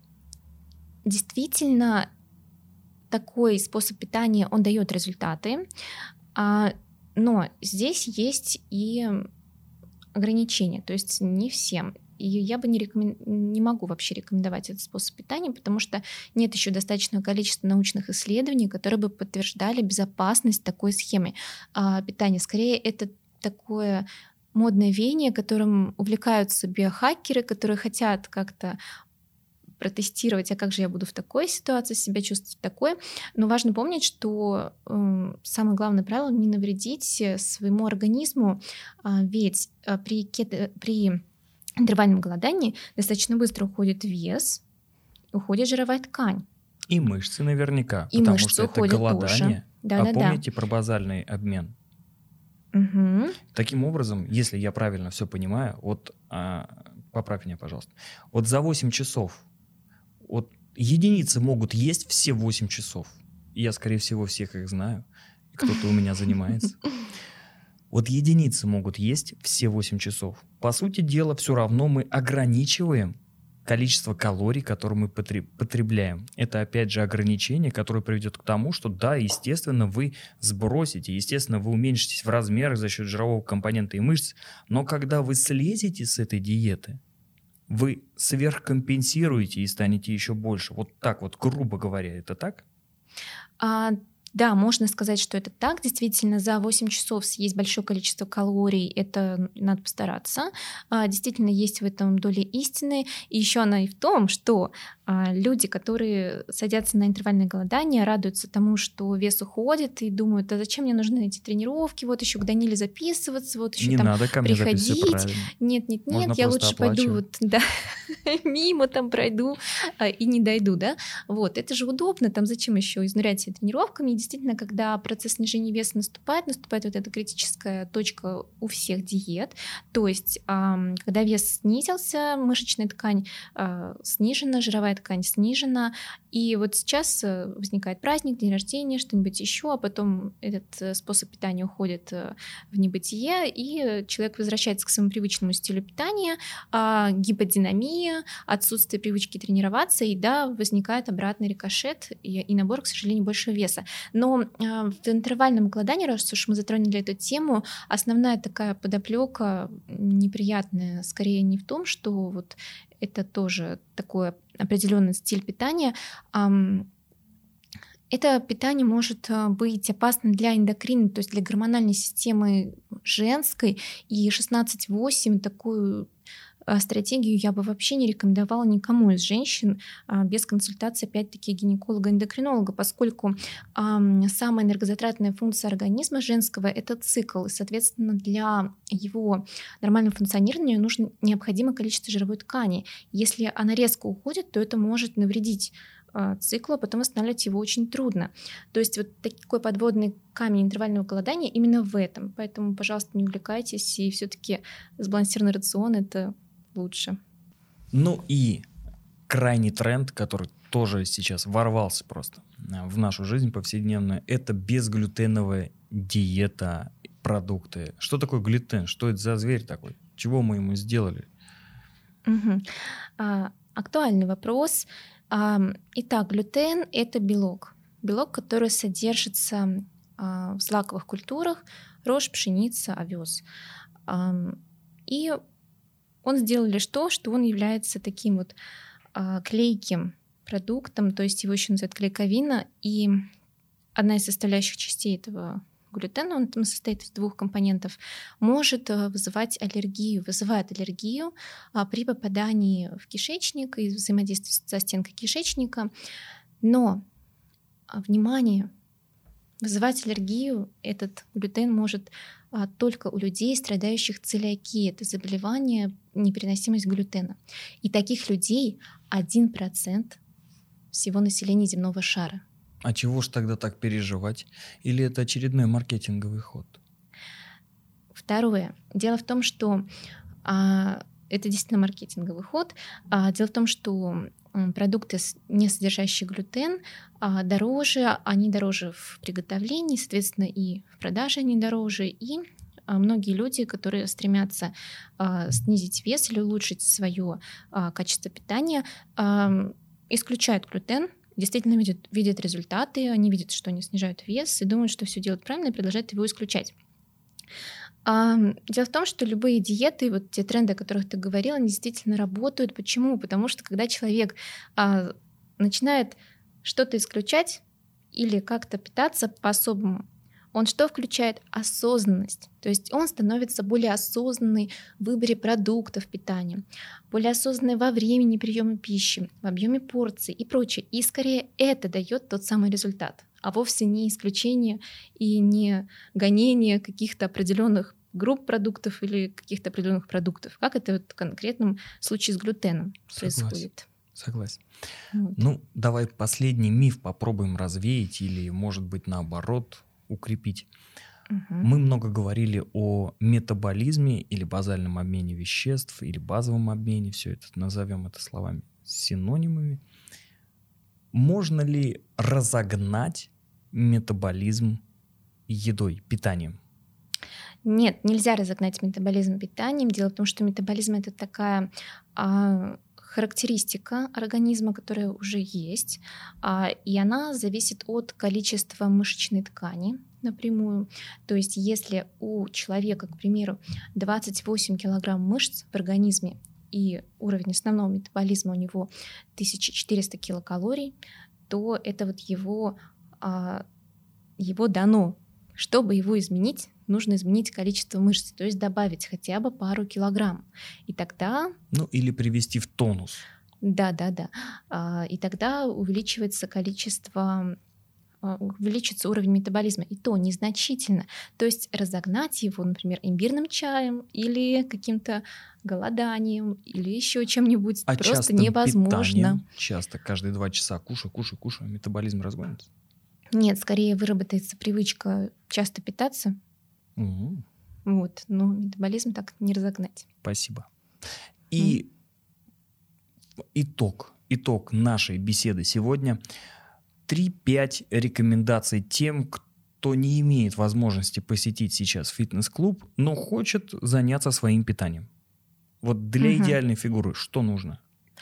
действительно такой способ питания, он дает результаты, а, но здесь есть и ограничения, то есть не всем. И я бы не, рекомен... не могу вообще рекомендовать этот способ питания, потому что нет еще достаточного количества научных исследований, которые бы подтверждали безопасность такой схемы а, питания. Скорее, это такое модное веяние, которым увлекаются биохакеры, которые хотят как-то протестировать, а как же я буду в такой ситуации себя чувствовать такое. Но важно помнить, что э, самое главное правило — не навредить своему организму, э, ведь э, при, кето, при интервальном голодании достаточно быстро уходит вес, уходит жировая ткань. И мышцы наверняка, и потому мышцы что это уходят голодание. Да, а да, помните да. про базальный обмен? Угу. Таким образом, если я правильно все понимаю, вот а, поправь меня, пожалуйста, вот за восемь часов вот единицы могут есть все восемь часов. Я, скорее всего, всех их знаю. И кто-то у меня занимается. Вот единицы могут есть все восемь часов. По сути дела, все равно мы ограничиваем количество калорий, которые мы потребляем. Это, опять же, ограничение, которое приведет к тому, что, да, естественно, вы сбросите, естественно, вы уменьшитесь в размерах за счет жирового компонента и мышц, но когда вы слезете с этой диеты, вы сверхкомпенсируете и станете еще больше. Вот так вот, грубо говоря, это так? А, да, можно сказать, что это так. Действительно, за восемь часов съесть большое количество калорий, это надо постараться. А, действительно, есть в этом доля истины. И еще она и в том, что а, люди, которые садятся на интервальное голодание, радуются тому, что вес уходит, и думают, а зачем мне нужны эти тренировки, вот еще к Даниле записываться, вот еще Не там надо ко мне приходить. Нет, нет, Можно нет, я просто лучше пойду вот, оплачивать. да, мимо там пройду а, и не дойду, да. Вот, это же удобно, там зачем еще изнурять себя тренировками. И действительно, когда процесс снижения веса наступает, наступает вот эта критическая точка у всех диет. То есть, ам, когда вес снизился, мышечная ткань а, снижена, жировая ткань снижена. И вот сейчас а, возникает праздник, день рождения, что-нибудь еще, а потом этот а, способ питания уходит а, в небытие, и человек возвращается к своему привычному стилю питания, а, гиподинамия, отсутствие привычки тренироваться, и да, возникает обратный рикошет и, и набор, к сожалению, большего веса. Но э, в интервальном голодании, раз уж мы затронули эту тему, основная такая подоплека неприятная, скорее не в том, что вот это тоже такой определенный стиль питания. Эм, Это питание может быть опасно для эндокринной, то есть для гормональной системы женской, и шестнадцать восемь такую стратегию я бы вообще не рекомендовала никому из женщин без консультации, опять-таки, гинеколога-эндокринолога, поскольку самая энергозатратная функция организма женского — это цикл, и, соответственно, для его нормального функционирования нужно необходимое количество жировой ткани. Если она резко уходит, то это может навредить циклу, а потом восстанавливать его очень трудно. То есть вот такой подводный камень интервального голодания именно в этом. Поэтому, пожалуйста, не увлекайтесь, и все-таки сбалансированный рацион — это лучше. Ну и крайний тренд, который тоже сейчас ворвался просто в нашу жизнь повседневную, это безглютеновая диета, продукты. Что такое глютен? Что это за зверь такой? Чего мы ему сделали? Угу. А, актуальный вопрос. А, итак, глютен — это белок. Белок, который содержится а, в злаковых культурах: рожь, пшеница, овес. А, и он сделал лишь то, что он является таким вот а, клейким продуктом, то есть его еще называют клейковина, и одна из составляющих частей этого глютена, он там состоит из двух компонентов, может вызывать аллергию, вызывает аллергию а, при попадании в кишечник и взаимодействии со стенкой кишечника. Но, а, внимание, вызывать аллергию этот глютен может а, только у людей, страдающих целиакией. Это заболевание, непереносимость глютена. И таких людей один процент всего населения земного шара. А чего ж тогда так переживать? Или это очередной маркетинговый ход? Второе. Дело в том, что а, это действительно маркетинговый ход. А, дело в том, что продукты, не содержащие глютен, а, дороже, они дороже в приготовлении, соответственно, и в продаже они дороже. И а, многие люди, которые стремятся а, снизить вес или улучшить свое а, качество питания, а, исключают глютен, действительно видят, видят результаты, они видят, что они снижают вес, и думают, что все делают правильно, и продолжают его исключать. А, дело в том, что любые диеты, вот те тренды, о которых ты говорила, они действительно работают. Почему? Потому что когда человек а, начинает что-то исключать или как-то питаться по-особому, он что включает? Осознанность. То есть он становится более осознанный в выборе продуктов питания, более осознанный во времени приема пищи, в объеме порций и прочее. И скорее это дает тот самый результат, а вовсе не исключение и не гонение каких-то определенных групп продуктов или каких-то определенных продуктов, как это вот в конкретном случае с глютеном Согласен. происходит. Согласен. Вот. Ну, давай последний миф попробуем развеять или, может быть, наоборот, укрепить. Угу. Мы много говорили о метаболизме или базальном обмене веществ, или базовом обмене, все это назовем это словами синонимами. Можно ли разогнать метаболизм едой, питанием? Нет, нельзя разогнать метаболизм питанием. Дело в том, что метаболизм — это такая а, характеристика организма, которая уже есть, и она зависит от количества мышечной ткани напрямую. То есть если у человека, к примеру, двадцать восемь килограмм мышц в организме и уровень основного метаболизма у него тысяча четыреста килокалорий, то это вот его, его дано. Чтобы его изменить, нужно изменить количество мышц, то есть добавить хотя бы пару килограмм. И тогда... Ну, или привести в тонус. Да, да, да. И тогда увеличивается количество, увеличится уровень метаболизма. И то незначительно. То есть разогнать его, например, имбирным чаем или каким-то голоданием, или еще чем-нибудь а просто невозможно. Питанием, часто каждые два часа кушай, кушай, кушай, метаболизм разгонится. Нет, скорее выработается привычка часто питаться. Угу. Вот, но метаболизм так не разогнать. Спасибо. И mm. итог, итог нашей беседы сегодня. три-пять рекомендаций тем, кто не имеет возможности посетить сейчас фитнес-клуб, но хочет заняться своим питанием. Вот для uh-huh. идеальной фигуры что нужно?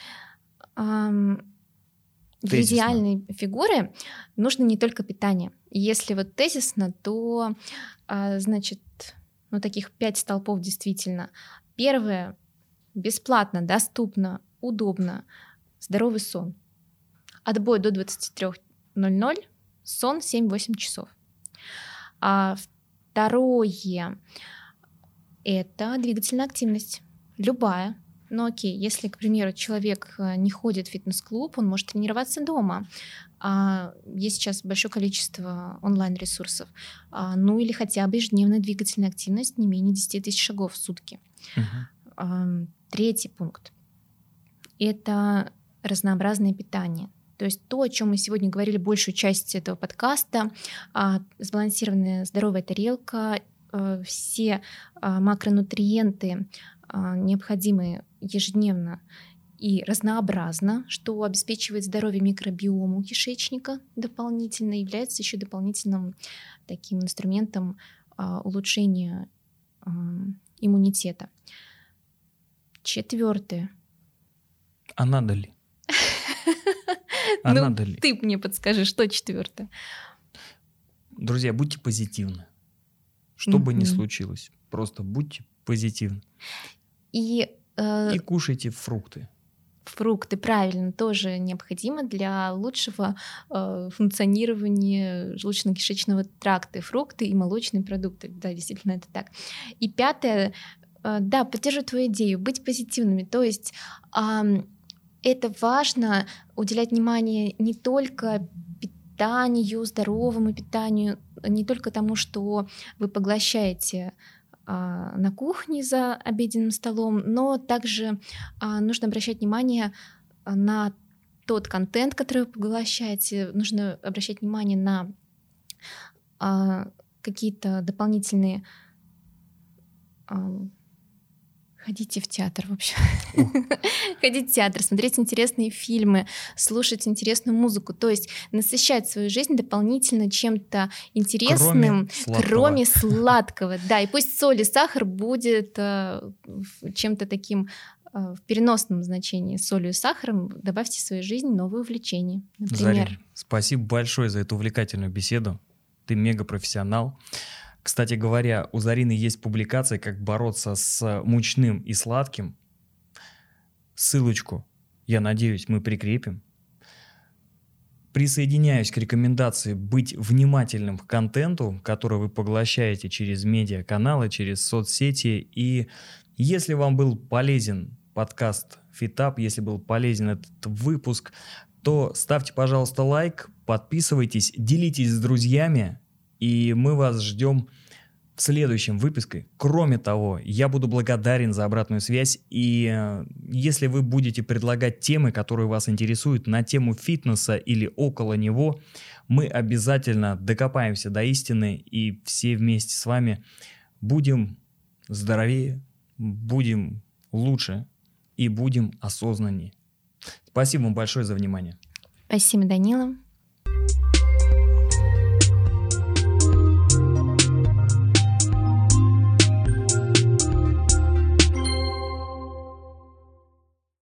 Um... Для тезисно. Идеальной фигуры нужно не только питание. Если вот тезисно, то, значит, ну, таких пять столпов действительно. Первое — бесплатно, доступно, удобно, здоровый сон. Отбой до двадцати трёх ноль-ноль, сон семь-восемь часов. А второе — это двигательная активность, любая. Ну окей, если, к примеру, человек не ходит в фитнес-клуб, он может тренироваться дома. А есть сейчас большое количество онлайн-ресурсов. А, ну или хотя бы ежедневная двигательная активность не менее десять тысяч шагов в сутки. Uh-huh. А, третий пункт — это разнообразное питание. То есть то, о чем мы сегодня говорили большую часть этого подкаста, а, сбалансированная здоровая тарелка, а, все а, макронутриенты, необходимые ежедневно и разнообразно, что обеспечивает здоровье микробиома кишечника дополнительно, является еще дополнительным таким инструментом а, улучшения а, иммунитета. Четвертое. А надо ли? А ну, надо ли? Ты мне подскажи, что четвертое? Друзья, будьте позитивны. Что бы ни случилось, просто будьте позитивны. И, э, и кушайте фрукты. Фрукты, правильно, тоже необходимо для лучшего э, функционирования желудочно-кишечного тракта. Фрукты и молочные продукты. Да, действительно, это так. И пятое, э, да, поддержу твою идею, быть позитивными. То есть э, это важно уделять внимание не только питанию, здоровому питанию, не только тому, что вы поглощаете на кухне за обеденным столом, но также а, нужно обращать внимание на тот контент, который вы поглощаете, нужно обращать внимание на а, какие-то дополнительные... А, ходите в театр, в общем. Ходить в театр, смотреть интересные фильмы, слушать интересную музыку. То есть насыщать свою жизнь дополнительно чем-то интересным, кроме, кроме сладкого. Да, и пусть соль и сахар будет э, чем-то таким э, в переносном значении. Солью и сахаром добавьте в свою жизнь новые увлечения. Например. Заря, спасибо большое за эту увлекательную беседу. Ты мега-профессионал. Кстати говоря, у Зарины есть публикация «Как бороться с мучным и сладким». Ссылочку, я надеюсь, мы прикрепим. Присоединяюсь к рекомендации быть внимательным к контенту, который вы поглощаете через медиаканалы, через соцсети. И если вам был полезен подкаст FitUp, если был полезен этот выпуск, то ставьте, пожалуйста, лайк, подписывайтесь, делитесь с друзьями. И мы вас ждем в следующем выпуске. Кроме того, я буду благодарен за обратную связь. И э, если вы будете предлагать темы, которые вас интересуют на тему фитнеса или около него, мы обязательно докопаемся до истины и все вместе с вами будем здоровее, будем лучше и будем осознаннее. Спасибо вам большое за внимание. Спасибо, Данила.